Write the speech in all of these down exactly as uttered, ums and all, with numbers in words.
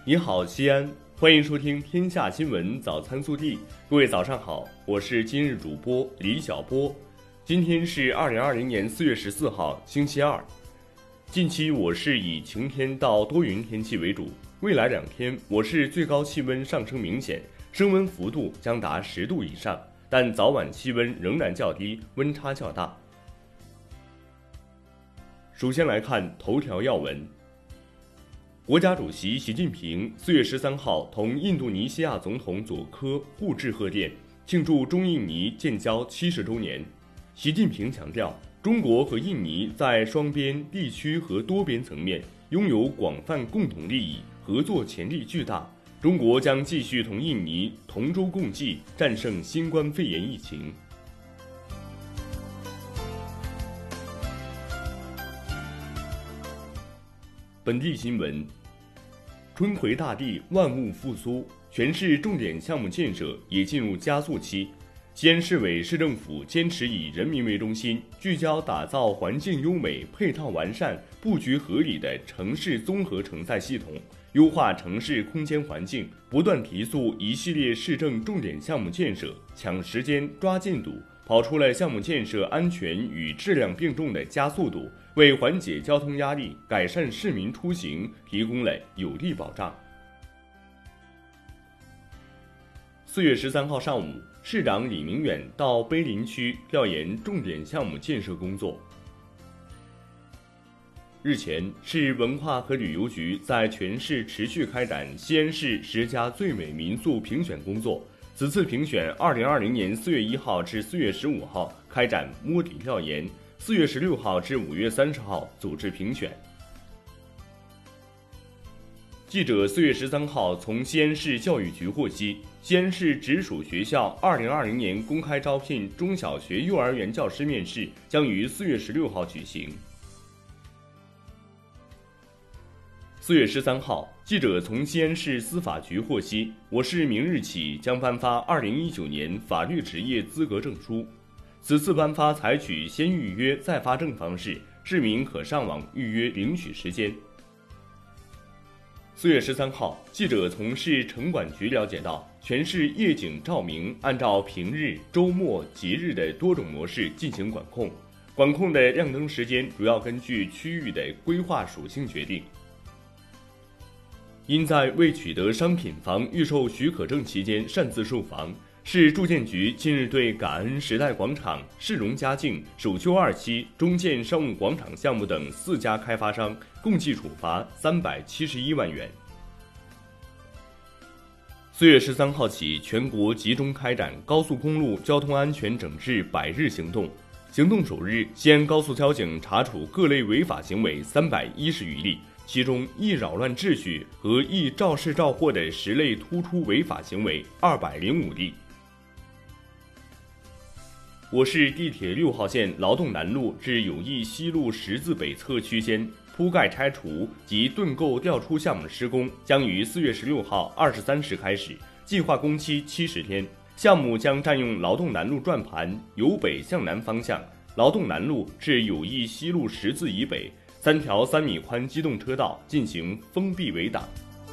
你好，西安，欢迎收听《天下新闻早餐速递》。各位早上好，我是今日主播李小波。今天是二零二零年四月十四号，星期二。近期我市以晴天到多云天气为主，未来两天我市最高气温上升明显，升温幅度将达十度以上，但早晚气温仍然较低，温差较大。首先来看头条要闻。国家主席习近平四月十三号同印度尼西亚总统佐科互致贺电，庆祝中印尼建交七十周年。习近平强调，中国和印尼在双边、地区和多边层面拥有广泛共同利益，合作潜力巨大。中国将继续同印尼同舟共济，战胜新冠肺炎疫情。本地新闻：春回大地，万物复苏，全市重点项目建设也进入加速期。西安市委市政府坚持以人民为中心，聚焦打造环境优美、配套完善、布局合理的城市综合承载系统，优化城市空间环境，不断提速一系列市政重点项目建设，抢时间、抓进度，跑出了项目建设安全与质量并重的加速度，为缓解交通压力、改善市民出行提供了有力保障。四月十三号上午，市长李明远到碑林区调研重点项目建设工作。日前，市文化和旅游局在全市持续开展西安市十佳最美民宿评选工作。此次评选二零二零年四月一号至四月十五号开展摸底调研，四月十六号至五月三十号组织评选。记者四月十三号从西安市教育局获悉，西安市直属学校二零二零年公开招聘中小学幼儿园教师面试将于四月十六号举行。四月十三号，记者从西安市司法局获悉，我市明日起将颁发二零一九年法律职业资格证书。此次颁发采取先预约再发证方式，市民可上网预约领取时间。四月十三号，记者从市城管局了解到，全市夜景照明按照平日、周末、节日的多种模式进行管控，管控的亮灯时间主要根据区域的规划属性决定。因在未取得商品房预售许可证期间擅自售房，市住建局近日对感恩时代广场、市容佳境、首秀二期、中建商务广场项目等四家开发商共计处罚三百七十一万元。四月十三号起，全国集中开展高速公路交通安全整治百日行动。行动首日，西安高速交警查处各类违法行为三百一十余例。其中，易扰乱秩序和易肇事肇祸的十类突出违法行为二百零五例。我市地铁六号线劳动南路至友谊西路十字北侧区间铺盖拆除及盾构调出项目施工将于四月十六号二十三时开始，计划工期七十天。项目将占用劳动南路转盘由北向南方向，劳动南路至友谊西路十字以北。三条三米宽机动车道进行封闭围挡。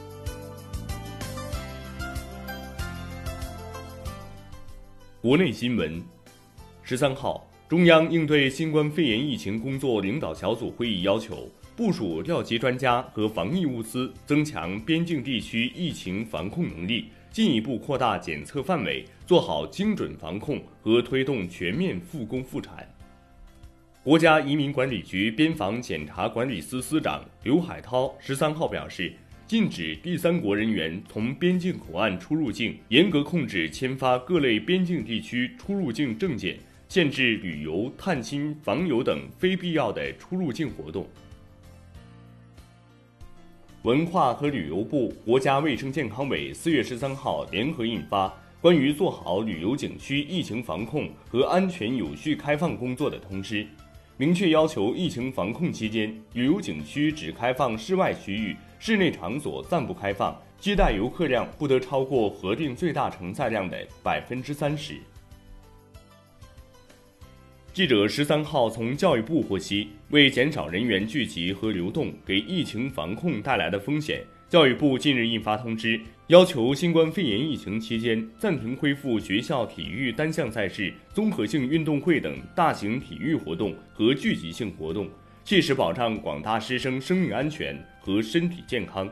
国内新闻：十三号，中央应对新冠肺炎疫情工作领导小组会议要求，部署调集专家和防疫物资，增强边境地区疫情防控能力，进一步扩大检测范围，做好精准防控和推动全面复工复产。国家移民管理局边防检查管理司司长刘海涛十三号表示，禁止第三国人员从边境口岸出入境，严格控制签发各类边境地区出入境证件，限制旅游、探亲、访友等非必要的出入境活动。文化和旅游部、国家卫生健康委四月十三号联合印发关于做好旅游景区疫情防控和安全有序开放工作的通知，明确要求疫情防控期间，旅游景区只开放室外区域，室内场所暂不开放，接待游客量不得超过核定最大承载量的百分之三十。记者十三号从教育部获悉，为减少人员聚集和流动给疫情防控带来的风险， 教育部近日印发通知，要求新冠肺炎疫情期间暂停恢复学校体育单项赛事、综合性运动会等大型体育活动和聚集性活动，切实保障广大师生生命安全和身体健康。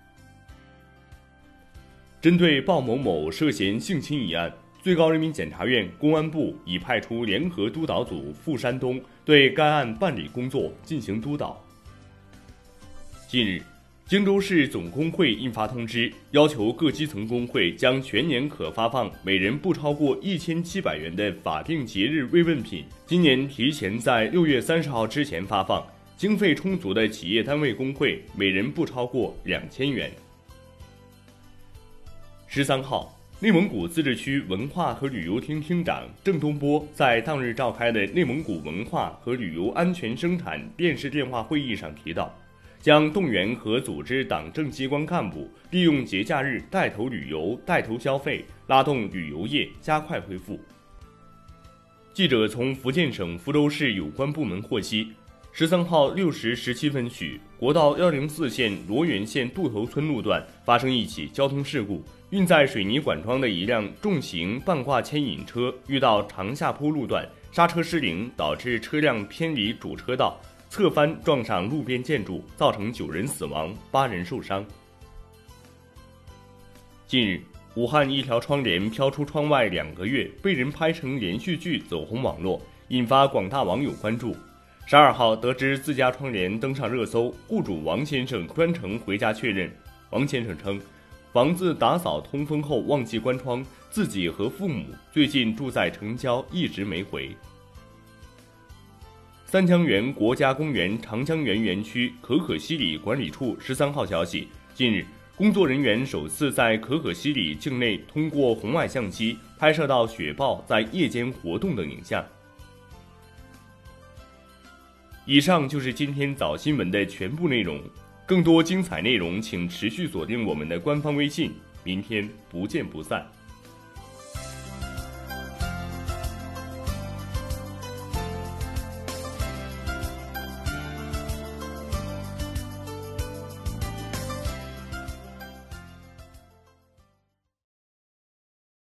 针对鲍某某涉嫌性侵一案，最高人民检察院、公安部已派出联合督导组赴山东对该案办理工作进行督导。近日，荆州市总工会印发通知，要求各基层工会将全年可发放每人不超过一千七百元的法定节日慰问品，今年提前在六月三十号之前发放。经费充足的企业单位工会每人不超过两千元。十三号，内蒙古自治区文化和旅游厅厅长郑东波在当日召开的内蒙古文化和旅游安全生产电视电话会议上提到，将动员和组织党政机关干部利用节假日带头旅游、带头消费，拉动旅游业加快恢复。记者从福建省福州市有关部门获悉，十三号六时十七分许，国道幺零四线罗源县渡头村路段发生一起交通事故，运载水泥管桩的一辆重型半挂牵引车遇到长下坡路段，刹车失灵，导致车辆偏离主车道，侧翻撞上路边建筑，造成九人死亡，八人受伤。近日，武汉一条窗帘飘出窗外两个月，被人拍成连续剧走红网络，引发广大网友关注。十二号得知自家窗帘登上热搜，户主王先生专程回家确认。王先生称，房子打扫通风后忘记关窗，自己和父母最近住在城郊，一直没回。三江源国家公园长江源园区可可西里管理处十三号消息，近日，工作人员首次在可可西里境内通过红外相机拍摄到雪豹在夜间活动的影像。以上就是今天早新闻的全部内容，更多精彩内容请持续锁定我们的官方微信，明天不见不散。